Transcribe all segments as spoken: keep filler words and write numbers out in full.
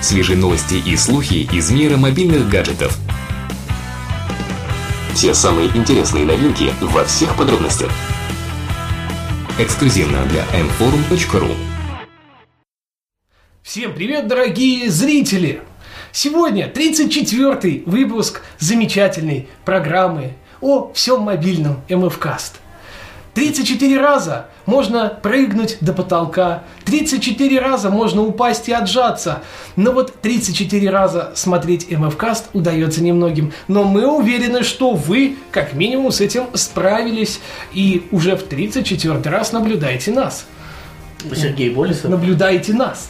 Свежие новости и слухи из мира мобильных гаджетов. Те самые интересные новинки во всех подробностях. Эксклюзивно для эм форум точка ру. Всем привет, дорогие зрители! Сегодня тридцать четвёртый выпуск замечательной программы о всем мобильном эм эф каст. тридцать четыре раза можно прыгнуть до потолка, тридцать четыре раза можно упасть и отжаться. Но вот тридцать четыре раза смотреть эм эф каст удается немногим. Но мы уверены, что вы как минимум с этим справились и уже в тридцать четвёртый раз наблюдаете нас. Сергей Болесов. Наблюдаете нас.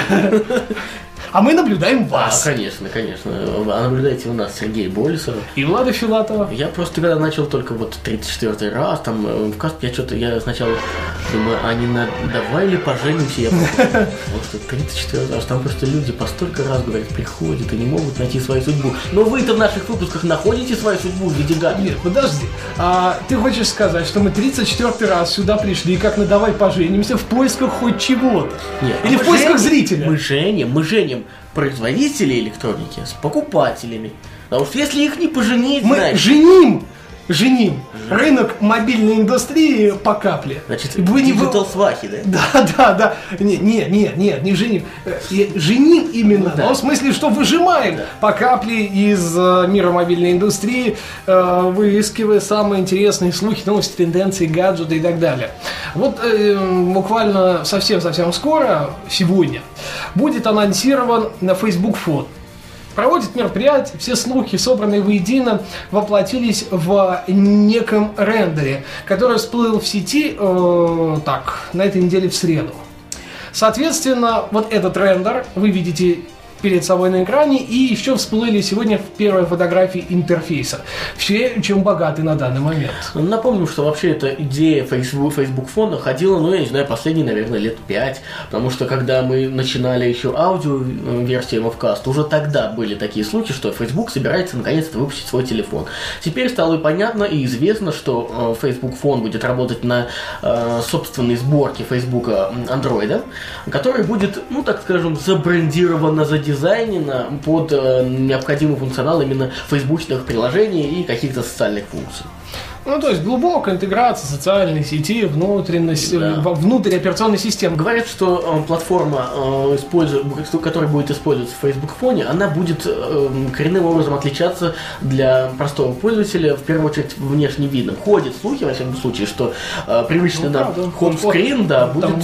А мы наблюдаем вас. А, конечно, конечно. А наблюдаете у нас Сергей Болесов. И Влада Филатова. Я просто когда начал только вот тридцать четвёртый раз, там в каст, я что-то, я сначала думаю, а не на... давай ли поженимся? Я просто тридцать четвёртый раз, там просто люди по столько раз, говорят, приходят и не могут найти свою судьбу. Но вы-то в наших выпусках находите свою судьбу в виде гаджета. Нет, подожди. А ты хочешь сказать, что мы тридцать четвёртый раз сюда пришли, как на «давай поженимся» в поисках хоть чего-то? Нет, Или а в поисках женим, зрителя? Мы женим, мы женим производителей электроники с покупателями. Потому что если их не поженить, мы знаешь, женим, женим рынок мобильной индустрии по капле. Значит, вы не диджитал свахи, да? Да, да, да. Нет, нет, нет, нет, не женим. Женим именно, Ну, да. но в смысле, что выжимаем Да. по капле из э, мира мобильной индустрии, э, выискивая самые интересные слухи, новости, тенденции, гаджеты и так далее. Вот э, буквально совсем-совсем скоро, сегодня, будет анонсирован на Facebook Phone. Проводит мероприятие, все слухи, собранные воедино, воплотились в неком рендере, который всплыл в сети э, так, на этой неделе в среду. Соответственно, вот этот рендер вы видите перед собой на экране, и еще всплыли сегодня в первой фотографии интерфейса. Все, чем богаты на данный момент. Напомним, что вообще эта идея Facebook, Facebook фона ходила, ну, я не знаю, последние, наверное, лет пять, потому что когда мы начинали еще аудио-версию эм эф каст, уже тогда были такие слухи, что Facebook собирается наконец-то выпустить свой телефон. Теперь стало понятно и известно, что Facebook фон будет работать на э, собственной сборке Facebook Android, который будет, ну, так скажем, забрендировано, задействовано, дизайнена под э, необходимый функционал именно фейсбучных приложений и каких-то социальных функций. Ну, то есть глубокая интеграция социальной сети, внутренность, Да. внутрь операционной системы. Говорят, что э, платформа, э, использу... которая будет использоваться в Facebook фоне, она будет э, коренным образом отличаться для простого пользователя, в первую очередь, внешним видом. Ходят слухи, во всяком случае, что э, привычный ну, нам да, хоум-скрин, да, будет там...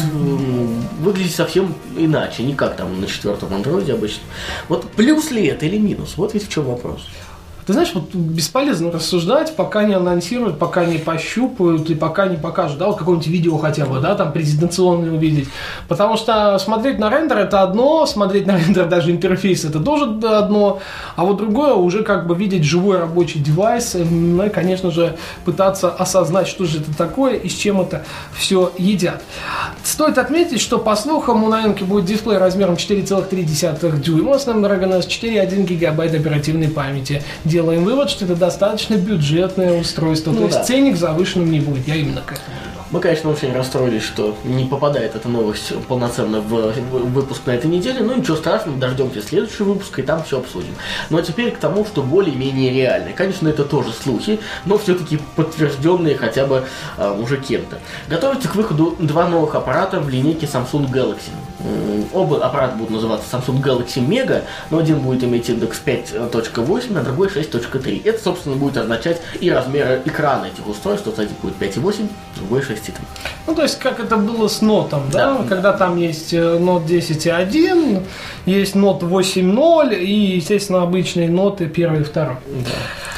э, выглядеть совсем иначе, не как там на четвертом андроиде обычно. Вот плюс ли это или минус? Вот ведь в чем вопрос. Ты знаешь, вот бесполезно рассуждать, пока не анонсируют, пока не пощупают и пока не покажут, да, вот какое-нибудь видео хотя бы, да, там презентационное увидеть. Потому что смотреть на рендер это одно, смотреть на рендер даже интерфейс это тоже одно, а вот другое уже как бы видеть живой рабочий девайс, ну и, конечно же, пытаться осознать, что же это такое и с чем это все едят. Стоит отметить, что по слухам у новинки будет дисплей размером четыре целых три десятых дюйма с Snapdragon четыре и один гигабайт оперативной памяти. Делаем вывод, что это достаточно бюджетное устройство, ну, то есть да. Ценник завышенным не будет, я именно к этому иду. Мы, конечно, очень расстроились, что не попадает эта новость полноценно в выпуск на этой неделе, но ничего страшного, дождемся следующего выпуска и там все обсудим. Ну а теперь к тому, что более-менее реально. Конечно, это тоже слухи, но все-таки подтвержденные хотя бы а, уже кем-то. Готовится к выходу два новых аппарата в линейке Samsung Galaxy. Оба аппарата будут называться Samsung Galaxy Mega, но один будет иметь индекс пять точка восемь, а другой шесть точка три. Это, собственно, будет означать и размеры экрана этих устройств, что один будет пять и восемь, другой шесть и три. Ну, то есть, как это было с Note, да? Да. Когда там есть Note десять и один, есть Note восемь ноль и, естественно, обычные ноты первый и второй. Да.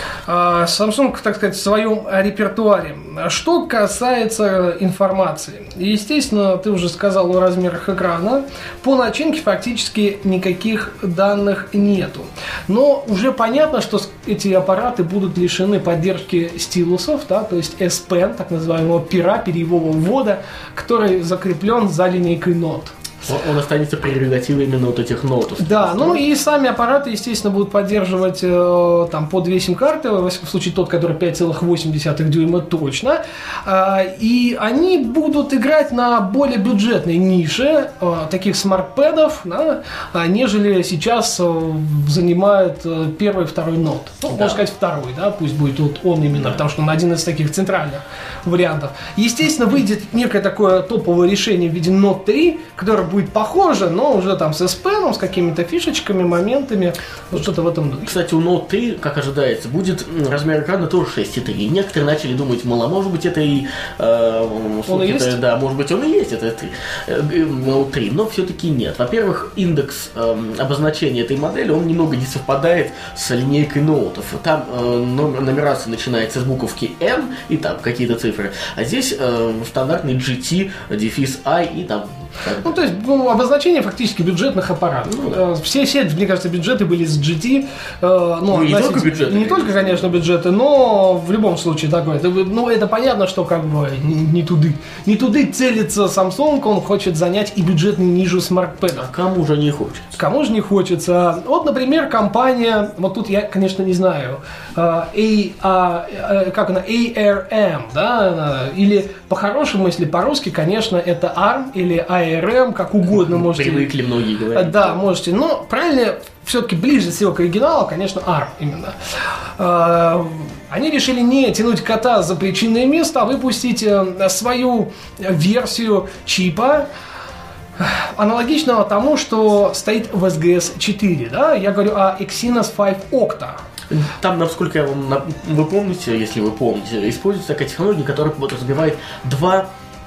Samsung, так сказать, в своем репертуаре. Что касается информации. Естественно, ты уже сказал о размерах экрана. По начинке фактически никаких данных нету. Но уже понятно, что эти аппараты будут лишены поддержки стилусов, да, то есть S Pen, так называемого пера, перьевого ввода, который закреплен за линейкой Note. Он, он останется прерогативой именно вот этих ноутов. Да, ну и сами аппараты, естественно, будут поддерживать э, там по две сим-карты, во всяком случае тот, который пять целых восемь десятых дюйма точно. Э, и они будут играть на более бюджетной нише э, таких смарт-пэдов, да, нежели сейчас э, занимает э, первый и второй ноут. Ну, да. Можно сказать второй, да, пусть будет вот он именно, да. Потому что он один из таких центральных вариантов. Естественно, выйдет некое такое топовое решение в виде Note три, которое будет похоже, но уже там с эс пен, с какими-то фишечками, моментами, вот что-то в этом духе. Кстати, у Note три, как ожидается, будет размер экрана тоже шесть и три. Некоторые начали думать, мол, а может быть это и... Э, он и есть? Это, да, может быть он и есть, это Note три, но все-таки нет. Во-первых, индекс э, обозначения этой модели, он немного не совпадает с линейкой ноутов. Там э, номер, нумерация начинается с буковки N и там какие-то цифры, а здесь э, стандартный джи ти, дефис I и там... Ну, то есть, ну, обозначение фактически бюджетных аппаратов. Ну, да. Все, все, мне кажется, бюджеты были с джи ти. Э, ну, ну, не только бюджеты. Не только, конечно, бюджеты, но в любом случае такое. Это, ну, это понятно, что как бы не, не туды. Не туды целится Samsung, он хочет занять и бюджетную нишу смарт-пэдов. А кому же не хочется? Кому же не хочется? Вот, например, компания, вот тут я, конечно, не знаю, э, A, а, как она, эй ар эм, да, или по-хорошему, если по-русски, конечно, это арм или эй ар эм, как угодно можете. Привыкли многие говорить. Да, можете. Но правильно, все-таки ближе всего к оригиналу, конечно, арм именно. Они решили не тянуть кота за причинное место, а выпустить свою версию чипа, аналогичного тому, что стоит в эс джи эс четыре. Да? Я говорю о Exynos пять Octa. Там, насколько я вам, вы помните, если вы помните, используется такая технология, которая подразумевает два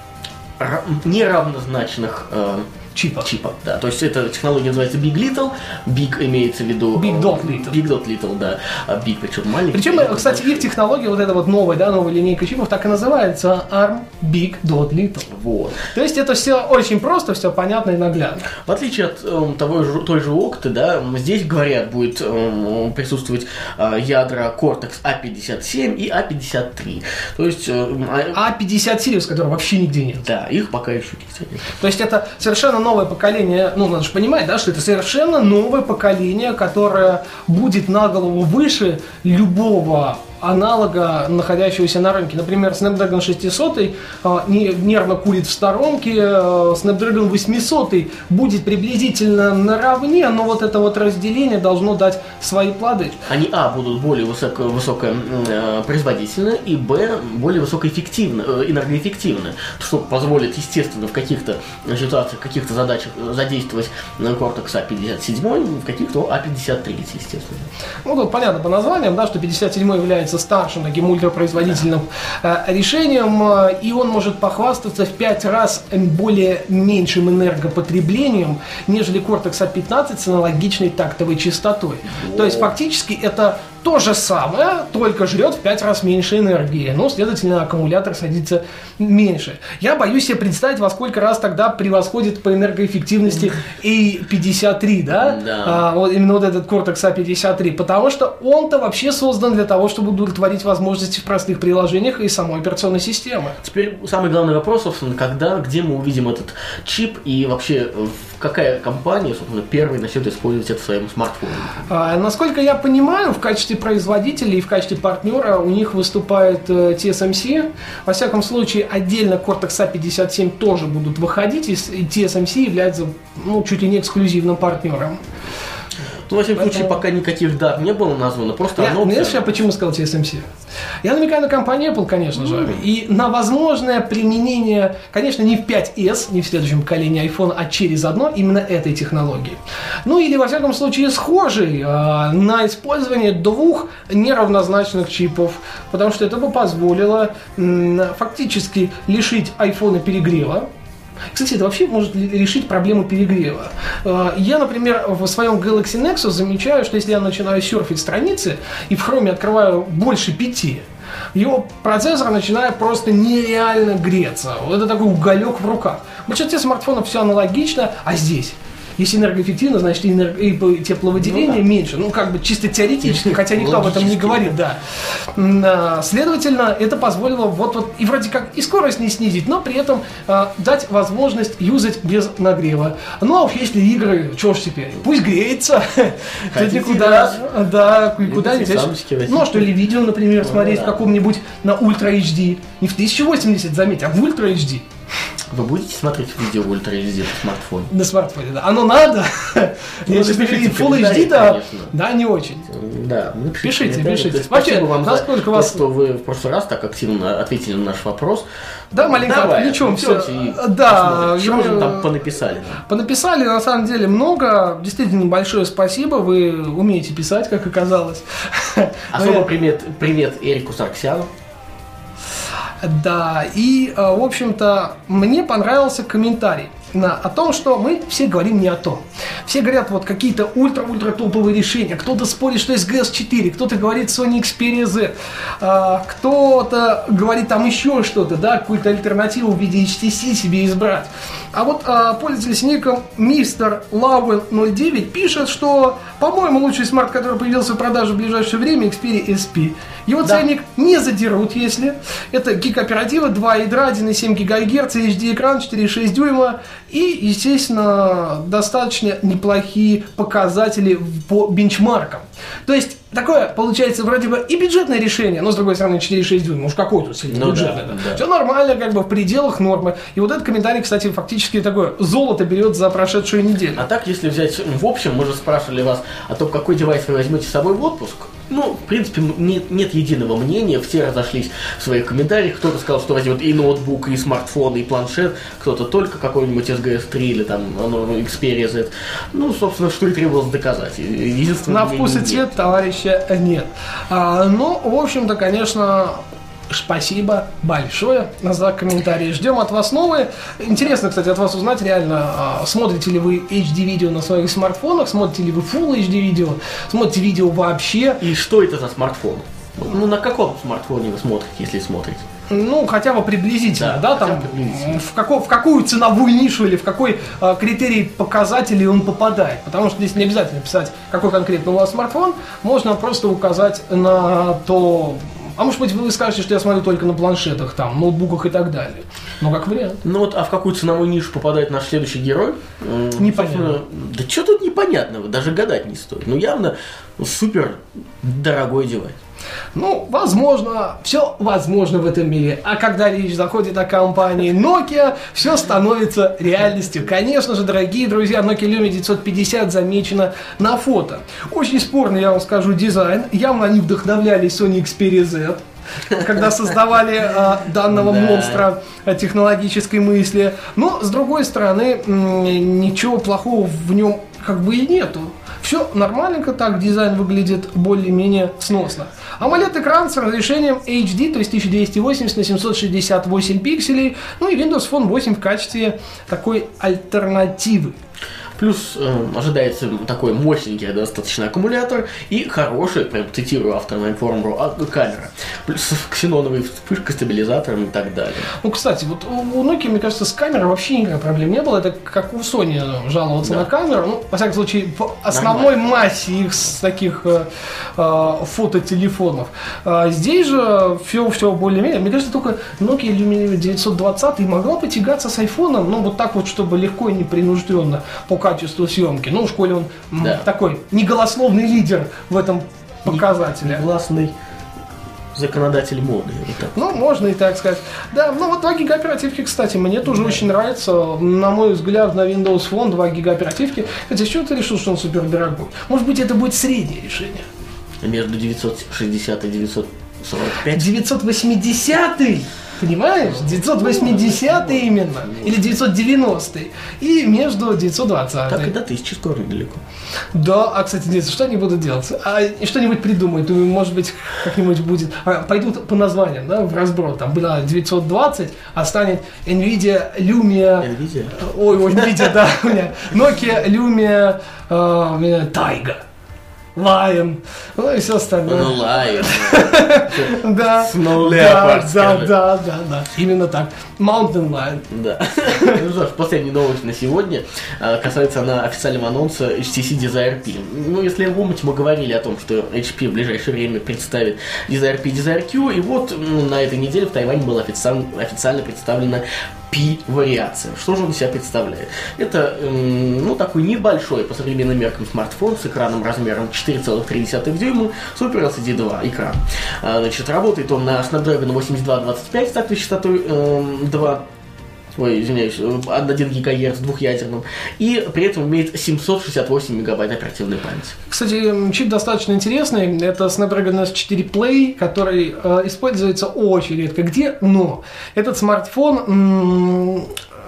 неравнозначных э, чипа. чипа. Да. То есть эта технология называется Big Little. Big имеется в виду... Big Dot Little. Big Dot Little, да. А Big причем маленький. Причем, кстати, их технология, вот эта вот новая, да, новая линейка чипов, так и называется арм Big Dot Little. Вот. То есть это все очень просто, все понятно и наглядно. В отличие от э, того же, той же Octa, да, здесь, говорят, будет э, присутствовать э, ядра Cortex а пятьдесят семь и а пятьдесят три. То есть... Э, а пятьдесят Series, которого вообще нигде нет. Да, их пока еще нет. То есть это совершенно новое поколение, ну, надо же понимать, да, что это совершенно новое поколение, которое будет на голову выше любого аналога, находящегося на рынке. Например, Snapdragon шестьсот э, нервно курит в сторонке, э, Snapdragon восемьсот будет приблизительно наравне, но вот это вот разделение должно дать свои плоды. Они, а, будут более высоко, высоко э, производительны, и, б, более высокоэффективны, э, энергоэффективны, что позволит, естественно, в каких-то ситуациях, в каких-то задачах задействовать Cortex а пятьдесят семь, в каких-то а пятьдесят три, естественно. Ну, тут понятно по названиям, да, что пятьдесят семь является старшим таким ультропроизводительным э, решением, э, и он может похвастаться в пять раз более меньшим энергопотреблением, нежели Cortex а пятнадцать с аналогичной тактовой частотой. О. То есть фактически это то же самое, только жрет в пять раз меньше энергии. Ну, следовательно, аккумулятор садится меньше. Я боюсь себе представить, во сколько раз тогда превосходит по энергоэффективности а пятьдесят три, да? Да. А, вот именно вот этот Cortex а пятьдесят три, потому что он-то вообще создан для того, чтобы удовлетворить возможности в простых приложениях и самой операционной системы. Теперь самый главный вопрос, собственно, когда, где мы увидим этот чип и вообще какая компания, собственно, первой начнет использовать это в своем смартфоне? А, насколько я понимаю, в качестве производителя и в качестве партнера у них выступает э, ти эс эм си. Во всяком случае, отдельно Cortex а пятьдесят семь тоже будут выходить, и ти эс эм си является, ну, чуть ли не эксклюзивным партнером. Ну, во всяком случае, пока никаких дат не было названо, просто я, знаешь, я почему сказал ти эс эм си? Я намекаю на компанию Apple, конечно же, mm. и на возможное применение, конечно, не в пять эс, не в следующем поколении iPhone, а через одно именно этой технологии. Ну, или, во всяком случае, схожий э, на использование двух неравнозначных чипов, потому что это бы позволило э, фактически лишить iPhone перегрева. Кстати, это вообще может решить проблему перегрева. Я, например, в своем Galaxy Nexus замечаю, что если я начинаю серфить страницы и в Chrome открываю больше пяти, его процессор начинает просто нереально греться. Вот это такой уголек в руках. В большинстве смартфонов все аналогично, а здесь Если энергоэффективно, значит и, энерго... и тепловыделение ну, да. меньше. Ну, как бы чисто теоретически, хотя никто об этом не говорит, да. Следовательно, это позволило вот, вот и вроде как и скорость не снизить, но при этом э, дать возможность юзать без нагрева. Ну, а уж если игры, что ж теперь, пусть греется. Тут никуда, да, никуда не тянешь. Ну, а что ли, видео, например, смотреть в каком-нибудь на Ультра эйч ди. Не в тысяча восемьдесят, заметь, а в Ультра эйч ди. Вы будете смотреть видео в Ультра эйч ди на смартфоне? На смартфоне, да. Оно надо. Если Full эйч ди, да, да, не очень. Да, пишите, пишите. Спасибо вам за насколько вас... то, что вы в прошлый раз так активно ответили на наш вопрос. Да, маленько отвлечем все. Да, что же там понаписали? Понаписали, на самом деле, много. Действительно, большое спасибо. Вы умеете писать, как оказалось. Особо привет, привет Эрику Сарксяну. Да, и, в общем-то, мне понравился комментарий на, о том, что мы все говорим не о том. Все говорят, вот какие-то ультра-ультра топовые решения. Кто-то спорит, что эс джи эс четыре, кто-то говорит Sony Xperia Z, а, кто-то говорит там еще что-то, да, какую-то альтернативу в виде эйч ти си себе избрать. А вот а, пользователь с ником мистер Лауэлл ноль девять пишет, что, по-моему, лучший смарт, который появился в продаже в ближайшее время, Xperia эс пи. Его да. ценник не задерут, если. Это гиг оператива, два ядра, один и семь гигагерц, эйч ди-экран, четыре и шесть дюйма и, естественно, достаточно неплохие показатели по бенчмаркам. То есть, такое, получается, вроде бы и бюджетное решение, но, с другой стороны, четыре и шесть дюйма, уж какой тут сильно ну, бюджетное. Да, да. Все нормально, как бы в пределах нормы. И вот этот комментарий, кстати, фактически такое золото берет за прошедшую неделю. А так, если взять в общем, мы же спрашивали вас о том, какой девайс вы возьмете с собой в отпуск. Ну, в принципе, нет, нет единого мнения, все разошлись в своих комментариях. Кто-то сказал, что возьмет и ноутбук, и смартфон, и планшет, кто-то только какой-нибудь эс джи эс три или там Xperia Z. Ну, собственно, что и требовалось доказать. На вкус и цвет товарища нет. А, ну, в общем-то, конечно... Спасибо большое за комментарии. Ждем от вас новые. Интересно, кстати, от вас узнать реально, смотрите ли вы эйч ди-видео на своих смартфонах, смотрите ли вы Full эйч ди-видео, смотрите видео вообще. И что это за смартфон? Ну, на каком смартфоне вы смотрите, если смотрите? Ну, хотя бы приблизительно, да, да там, приблизительно. В, како, в какую ценовую нишу или в какой а, критерий показателей он попадает. Потому что здесь не обязательно писать, какой конкретно у вас смартфон, можно просто указать на то... А может быть, вы скажете, что я смотрю только на планшетах, там, ноутбуках и так далее. Ну, как вариант. Ну вот, а в какую ценовую нишу попадает наш следующий герой? Непонятно. Да что тут непонятного, даже гадать не стоит. Ну, явно супер дорогой девайс. Ну, возможно, все возможно в этом мире. А когда речь заходит о компании Nokia, все становится реальностью. Конечно же, дорогие друзья, Nokia Lumia девятьсот пятьдесят замечена на фото. Очень спорный, я вам скажу, дизайн. Явно они вдохновлялись Sony Xperia Z, когда создавали э, данного монстра э, технологической мысли. Но, с другой стороны, м- ничего плохого в нем как бы и нету. Все нормальненько, так дизайн выглядит более-менее сносно. AMOLED-экран с разрешением эйч ди, то есть тысяча двести восемьдесят на семьсот шестьдесят восемь пикселей, ну и Windows Phone восемь в качестве такой альтернативы. Плюс э, ожидается такой мощненький достаточно аккумулятор и хороший, прям цитирую автора на информ.ру, камера. Плюс ксеноновый вспышка, стабилизатором и так далее. Ну, кстати, вот у Nokia, мне кажется, с камерой вообще никаких проблем не было. Это как у Sony жаловаться да. на камеру. Ну, во всяком случае, в основной Нормально. массе их с таких э, э, фототелефонов. А здесь же все, все более-менее. Мне кажется, только Nokia Lumia девятьсот двадцать могла потягаться с айфоном, ну, вот так вот, чтобы легко и непринужденно по качеству съемки. Ну, в школе он да. такой неголословный лидер в этом показателе. Негласный законодатель моды. Ну, можно и так сказать. Да, ну вот два гига оперативки, кстати, мне тоже да. очень нравится. На мой взгляд, на Windows Phone два гига оперативки. Хотя, с чего ты решил, что он супер дорогой? Может быть, это будет среднее решение? Между девятьсот шестьдесят и девятьсот сорок пять. девятьсот восьмидесятый! Понимаешь? девятьсот восьмидесятый именно. Или девятьсот девяностый. И между девятьсот двадцатый. Так и до тысячи скоро недалеко. Да, а, кстати, Денис, что они будут делать? А, что-нибудь придумают, может быть, как-нибудь будет. А, пойдут по названиям, да, в разброд. Там была девятьсот двадцать, а станет NVIDIA Lumia... NVIDIA? Ой, ой, NVIDIA, да, у меня. Nokia Lumia Taiga. Lion, ну и все остальное. Ну, Lion. Да, Snow да, Leopard, да, скажи. да, да, да, именно так. Mountain Lion. Да. Ну что ж, последняя новость на сегодня. А, Касается она официального анонса эйч ти си Desire P. Ну, если помните, мы говорили о том, что эйч пи в ближайшее время представит Desire P, Desire Q, и вот ну, на этой неделе в Тайване была официально, официально представлена P-вариация. Что же он из себя представляет? Это, эм, ну, такой небольшой по современным меркам смартфон с экраном размером четыре целых три десятых дюйма, Super эл си ди два экран. А, значит, работает он на Snapdragon восемьдесят два двадцать пять с тактовой частотой эм, два. Ой, извиняюсь, один гигагерц двухъядерным, и при этом имеет семьсот шестьдесят восемь мегабайт оперативной памяти. Кстати, чип достаточно интересный. Это Snapdragon эс четыре Play, который э, используется очень редко где, но этот смартфон м-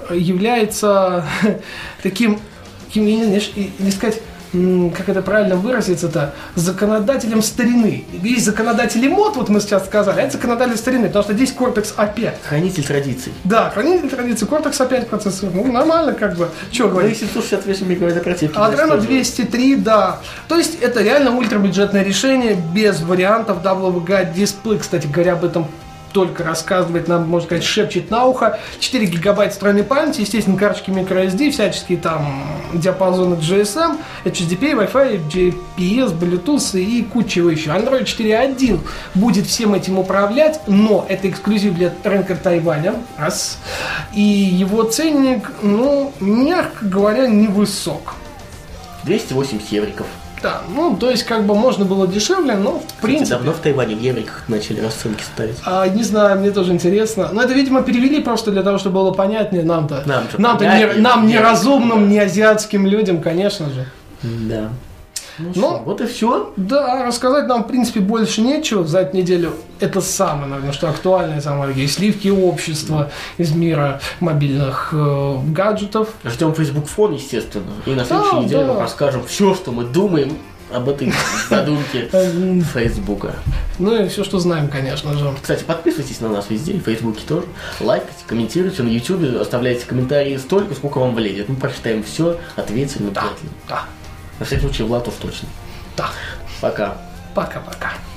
является таким, таким, я не знаю, не сказать, м- как это правильно выразиться-то, законодателем старины. Есть законодатели мод, вот мы сейчас сказали, а это законодатель старины, потому что здесь Cortex а пять. Хранитель традиций. Да, хранитель традиции, Cortex а пять процессор. Ну, нормально, как бы. Че Ну, и говорить? семьсот шестьдесят восемь мегабайт оперативки. Adreno двести три, да. То есть это реально ультрабюджетное решение, без вариантов дабл ю ви джи дисплей. Кстати говоря, об этом только рассказывает, нам, можно сказать, шепчет на ухо. четыре гигабайта встроенной памяти, естественно, карточки microSD, всяческие там диапазоны джи эс эм, эйч ди пи, Wi-Fi, джи пи эс, Bluetooth и куча еще. Android четыре точка один будет всем этим управлять, но это эксклюзив для рынка Тайваня. Раз. И его ценник, ну, мягко говоря, невысок. двести восемьдесят евриков. Да, ну, то есть, как бы можно было дешевле, но, в Кстати, принципе... давно в Тайване в евриках начали расценки ставить. А, не знаю, мне тоже интересно. Но это, видимо, перевели просто для того, чтобы было понятнее нам-то. Нам, Нам-то не, нам, не разумным, не азиатским людям, конечно же. Да. Ну, Ну, что, вот и все. Да, рассказать нам, в принципе, больше нечего за эту неделю. Это самое, наверное, что актуальное, самое и сливки общества из мира мобильных э, гаджетов. Ждем Facebook Phone, естественно. И на следующей Да, неделе да. мы расскажем все, что мы думаем об этой задумке Фейсбука. Ну и все, что знаем, конечно же. Кстати, подписывайтесь на нас везде, и в Фейсбуке тоже. Лайкайте, комментируйте на Ютубе, оставляйте комментарии столько, сколько вам влезет. Мы прочитаем все, ответим Да, обязательно. да, На всякий случай, Влад уж точно. да. Пока. Пока-пока.